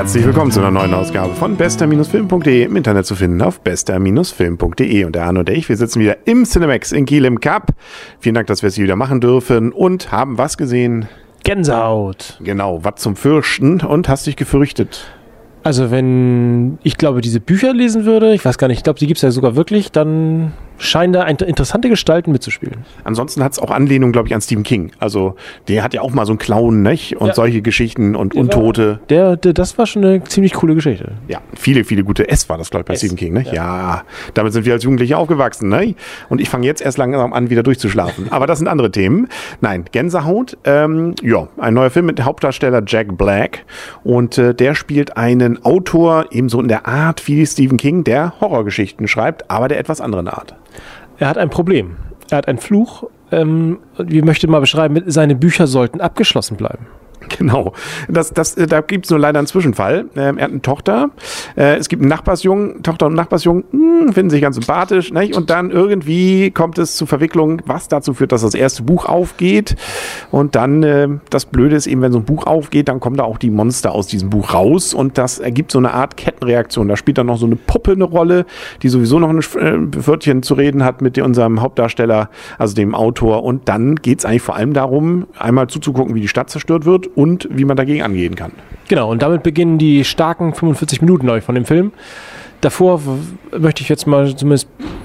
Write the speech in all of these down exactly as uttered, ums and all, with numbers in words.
Herzlich willkommen zu einer neuen Ausgabe von bester Film punkt de, im Internet zu finden auf bester Film punkt de. Und der Arno und ich, wir sitzen wieder im Cinemax in Kiel im Cup. Vielen Dank, dass wir es hier wieder machen dürfen und haben was gesehen? Gänsehaut. Genau, was zum Fürchten und hast dich gefürchtet. Also wenn ich glaube, diese Bücher lesen würde, ich weiß gar nicht, ich glaube, die gibt es ja sogar wirklich, dann scheinen da interessante Gestalten mitzuspielen. Ansonsten hat es auch Anlehnung, glaube ich, an Stephen King. Also der hat ja auch mal so einen Clown, nicht? Und ja. solche Geschichten und der Untote. War, der, der, das war schon eine ziemlich coole Geschichte. Ja, viele, viele gute. S war das, glaube ich, bei S. Stephen King, nicht? Ja. ja, damit sind wir als Jugendliche aufgewachsen, ne? Und ich fange jetzt erst langsam an, wieder durchzuschlafen. Aber das sind andere Themen. Nein, Gänsehaut. Ähm, ja, ein neuer Film mit Hauptdarsteller Jack Black. Und äh, der spielt einen Autor, ebenso in der Art wie Stephen King, der Horrorgeschichten schreibt, aber der etwas anderen Art. Er hat ein Problem. Er hat einen Fluch. Ähm, wie möchte mal beschreiben, seine Bücher sollten abgeschlossen bleiben. Genau. Das, das, da gibt es nur leider einen Zwischenfall. Ähm, er hat eine Tochter. Äh, es gibt einen Nachbarsjungen. Tochter und Nachbarsjungen mh, finden sich ganz sympathisch. Nicht? Und dann irgendwie kommt es zu Verwicklungen, was dazu führt, dass das erste Buch aufgeht. Und dann, äh, das Blöde ist eben, wenn so ein Buch aufgeht, dann kommen da auch die Monster aus diesem Buch raus. Und das ergibt so eine Art Kettenreaktion. Da spielt dann noch so eine Puppe eine Rolle, die sowieso noch ein äh, Wörtchen zu reden hat mit unserem Hauptdarsteller, also dem Autor. Und dann geht es eigentlich vor allem darum, einmal zuzugucken, wie die Stadt zerstört wird und wie man dagegen angehen kann. Genau, und damit beginnen die starken fünfundvierzig Minuten neu von dem Film. Davor w- möchte ich jetzt mal, zumindest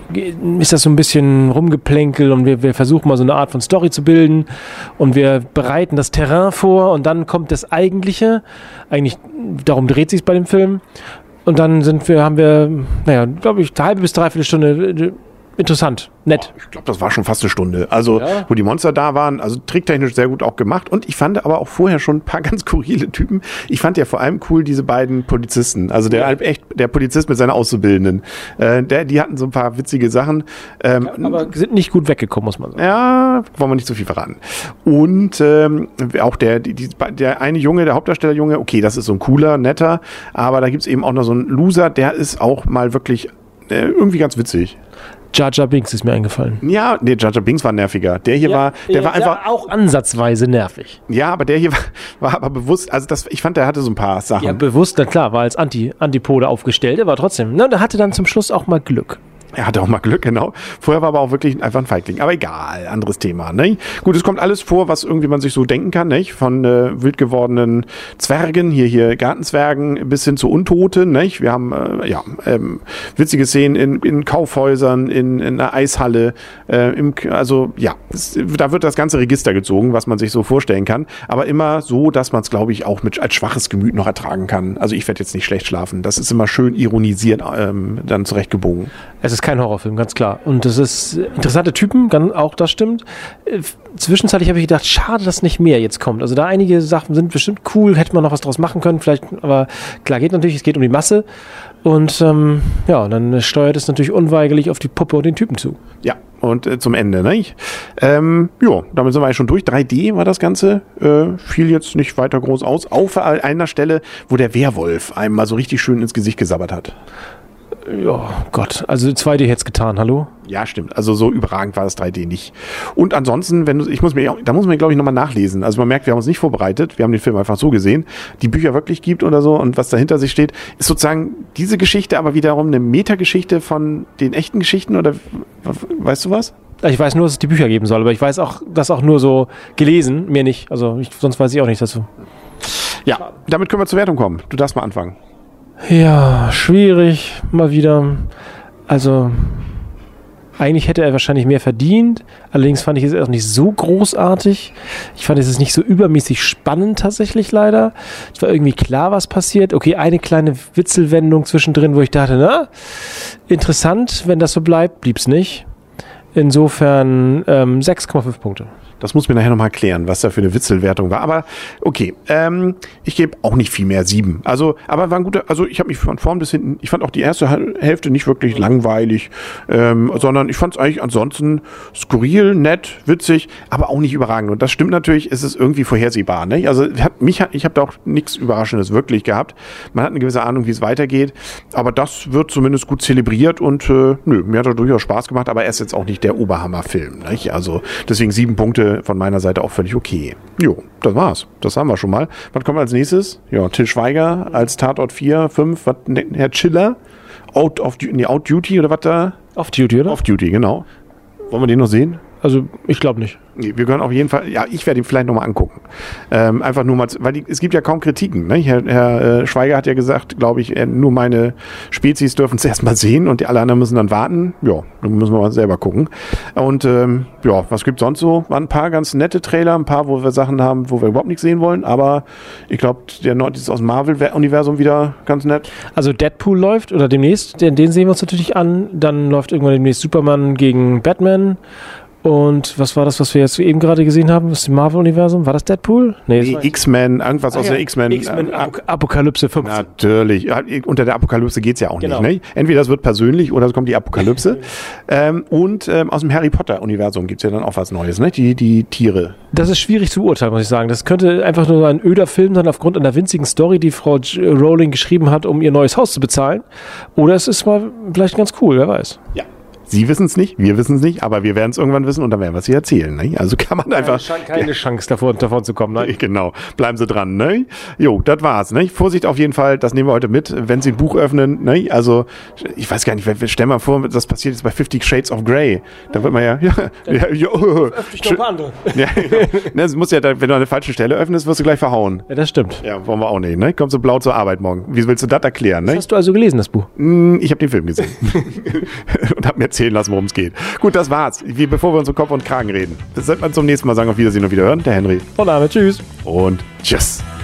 ist das so ein bisschen rumgeplänkelt und wir, wir versuchen mal so eine Art von Story zu bilden und wir bereiten das Terrain vor und dann kommt das Eigentliche. Eigentlich, darum dreht sich es bei dem Film. Und dann sind wir, haben wir, naja, glaube ich, eine halbe bis dreiviertel Stunde interessant, nett. Ich glaube, das war schon fast eine Stunde. Also, ja. Wo die Monster da waren, also tricktechnisch sehr gut auch gemacht. Und ich fand aber auch vorher schon ein paar ganz skurrile Typen. Ich fand ja vor allem cool diese beiden Polizisten. Also der ja. echt, der Polizist mit seiner Auszubildenden. Äh, der, die hatten so ein paar witzige Sachen. Ähm, ja, aber sind nicht gut weggekommen, muss man sagen. Ja, wollen wir nicht so viel verraten. Und ähm, auch der, die, die, der eine Junge, der Hauptdarstellerjunge, okay, das ist so ein cooler, netter. Aber da gibt's eben auch noch so einen Loser, der ist auch mal wirklich äh, irgendwie ganz witzig. Jar Jar Binks ist mir eingefallen. Ja, nee, Jar Jar Binks war nerviger. Der hier ja, war, der ja, war einfach auch ansatzweise nervig. Ja, aber der hier war, war aber bewusst, also das, ich fand, der hatte so ein paar Sachen. Ja, bewusst, na klar, war als Anti, Antipode aufgestellt, aber trotzdem, ne, der hatte dann zum Schluss auch mal Glück. Er hatte auch mal Glück, genau. Vorher war aber auch wirklich einfach ein Feigling. Aber egal, anderes Thema. Ne? Gut, es kommt alles vor, was irgendwie man sich so denken kann. Nicht? Von äh, wild gewordenen Zwergen, hier hier Gartenzwergen, bis hin zu Untoten. Nicht? Wir haben äh, ja ähm, witzige Szenen in, in Kaufhäusern, in, in einer Eishalle. Äh, im, also ja, es, da wird das ganze Register gezogen, was man sich so vorstellen kann. Aber immer so, dass man es, glaube ich, auch mit als schwaches Gemüt noch ertragen kann. Also ich werde jetzt nicht schlecht schlafen. Das ist immer schön ironisiert, ähm, dann zurechtgebogen. Es ist kein Horrorfilm, ganz klar. Und das ist interessante Typen, auch das stimmt. Zwischenzeitlich habe ich gedacht, schade, dass nicht mehr jetzt kommt. Also da einige Sachen sind bestimmt cool, hätte man noch was draus machen können, vielleicht, aber klar, geht natürlich, es geht um die Masse. Und ähm, ja, dann steuert es natürlich unweigerlich auf die Puppe und den Typen zu. Ja, und äh, zum Ende, ne? Ähm, ja, damit sind wir eigentlich schon durch. drei D war das Ganze. Äh, fiel jetzt nicht weiter groß aus. Auf einer Stelle, wo der Werwolf einem mal so richtig schön ins Gesicht gesabbert hat. Ja, Gott, also zwei D hätte es getan, hallo? Ja, stimmt. Also so überragend war das drei D nicht. Und ansonsten, wenn du, ich muss mir, da muss man, glaube ich, nochmal nachlesen. Also man merkt, wir haben uns nicht vorbereitet. Wir haben den Film einfach so gesehen. Die Bücher wirklich gibt oder so und was dahinter sich steht, ist sozusagen diese Geschichte, aber wiederum eine Metageschichte von den echten Geschichten oder weißt du was? Ich weiß nur, dass es die Bücher geben soll, aber ich weiß auch, das auch nur so gelesen, mehr nicht. Also ich, sonst weiß ich auch nicht dazu. Ja, damit können wir zur Wertung kommen. Du darfst mal anfangen. Ja, schwierig, mal wieder. Also, eigentlich hätte er wahrscheinlich mehr verdient. Allerdings fand ich es auch nicht so großartig. Ich fand es ist nicht so übermäßig spannend tatsächlich leider. Es war irgendwie klar, was passiert. Okay, eine kleine Witzelwendung zwischendrin, wo ich dachte, na, interessant, wenn das so bleibt, blieb's nicht. Insofern ähm, sechs Komma fünf Punkte. Das muss mir nachher nochmal erklären, was da für eine Witzelwertung war. Aber okay, ähm, ich gebe auch nicht viel mehr, sieben. Also, aber war ein guter, also ich habe mich von vorn bis hinten, ich fand auch die erste Hälfte nicht wirklich langweilig, ähm, sondern ich fand es eigentlich ansonsten skurril, nett, witzig, aber auch nicht überragend. Und das stimmt natürlich, es ist irgendwie vorhersehbar. Ne? Also hat, mich, ich habe da auch nichts Überraschendes wirklich gehabt. Man hat eine gewisse Ahnung, wie es weitergeht, aber das wird zumindest gut zelebriert und äh, nö, mir hat er durchaus Spaß gemacht, aber er ist jetzt auch nicht der Oberhammerfilm. Nicht? Also deswegen sieben Punkte. denke, von meiner Seite auch völlig okay. Jo, das war's. Das haben wir schon mal. Was kommt als nächstes? Ja, Til Schweiger als Tatort vier, fünf, was, ne, Herr Chiller, Out of nee, Out Duty oder was da? Off Duty, oder? Off Duty, genau. Wollen wir den noch sehen? Also, ich glaube nicht. Nee, wir können auf jeden Fall, ja, ich werde ihn vielleicht nochmal angucken. Ähm, einfach nur mal, weil die, es gibt ja kaum Kritiken. Ne? Herr, Herr äh, Schweiger hat ja gesagt, glaube ich, äh, nur meine Spezies dürfen es erstmal sehen und die alle anderen müssen dann warten. Ja, dann müssen wir mal selber gucken. Und ähm, ja, was gibt's sonst so? Waren ein paar ganz nette Trailer, ein paar, wo wir Sachen haben, wo wir überhaupt nichts sehen wollen, aber ich glaube, der Nord ist aus dem Marvel-Universum wieder ganz nett. Also Deadpool läuft, oder demnächst, den, den sehen wir uns natürlich an. Dann läuft irgendwann demnächst Superman gegen Batman. Und was war das, was wir jetzt eben gerade gesehen haben? Das Marvel-Universum? War das Deadpool? Nee, nee X-Men, irgendwas ah, aus ja. der X-Men. X-Men Apok- Apokalypse fünf. Natürlich. Unter der Apokalypse geht's ja auch genau. nicht. Ne? Entweder das wird persönlich oder es kommt die Apokalypse. ähm, und ähm, aus dem Harry Potter-Universum gibt's ja dann auch was Neues, ne? Die, die Tiere. Das ist schwierig zu beurteilen, muss ich sagen. Das könnte einfach nur ein öder Film sein aufgrund einer winzigen Story, die Frau Rowling geschrieben hat, um ihr neues Haus zu bezahlen. Oder es ist mal vielleicht ganz cool, wer weiß. Ja. Sie wissen es nicht, wir wissen es nicht, aber wir werden es irgendwann wissen und dann werden wir es hier erzählen. Ne? Also kann man einfach... Keine, keine Chance davor, davon zu kommen. Ne? Genau, bleiben Sie dran. Ne? Jo, das war's. Ne? Vorsicht auf jeden Fall, das nehmen wir heute mit, wenn Sie ein Buch öffnen. Ne? Also, ich weiß gar nicht, stell mal vor, das passiert jetzt bei Fifty Shades of Grey. Da wird man ja... ja, ja, ja oh, öffne ich noch ein paar andere. Ja, genau. Ne, es muss ja, wenn du an der falschen Stelle öffnest, wirst du gleich verhauen. Ja, das stimmt. Ja, wollen wir auch nicht. Ne? Kommst du blau zur Arbeit morgen. Wie willst du das erklären? Ne? Das hast du also gelesen, das Buch? Ich habe den Film gesehen. Und habe mir erzählen lassen, worum es geht. Gut, das war's. Wie, bevor wir uns um Kopf und Kragen reden. Das sollte man zum nächsten Mal sagen. Auf Wiedersehen und Wiederhören. Der Henry. Und Arne, tschüss. Und tschüss.